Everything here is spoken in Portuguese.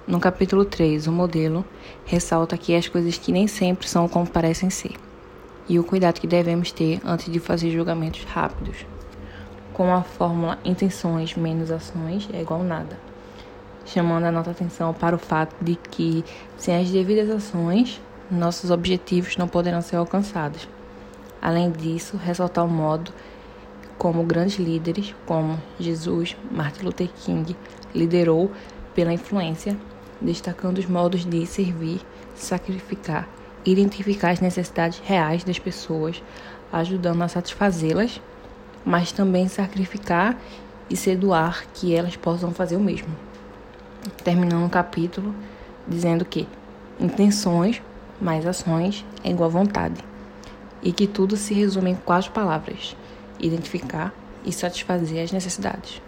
No capítulo 3, o modelo ressalta que as coisas que nem sempre são como parecem ser, e o cuidado que devemos ter antes de fazer julgamentos rápidos. Com a fórmula intenções menos ações é igual nada, chamando a nossa atenção para o fato de que, sem as devidas ações, nossos objetivos não poderão ser alcançados. Além disso, ressaltar o modo como grandes líderes, como Jesus, Martin Luther King, liderou pela influência, destacando os modos de servir, sacrificar, identificar as necessidades reais das pessoas, ajudando a satisfazê-las, mas também sacrificar e se doar que elas possam fazer o mesmo. Terminando o capítulo dizendo que intenções mais ações é igual vontade, e que tudo se resume em 4 palavras: identificar e satisfazer as necessidades.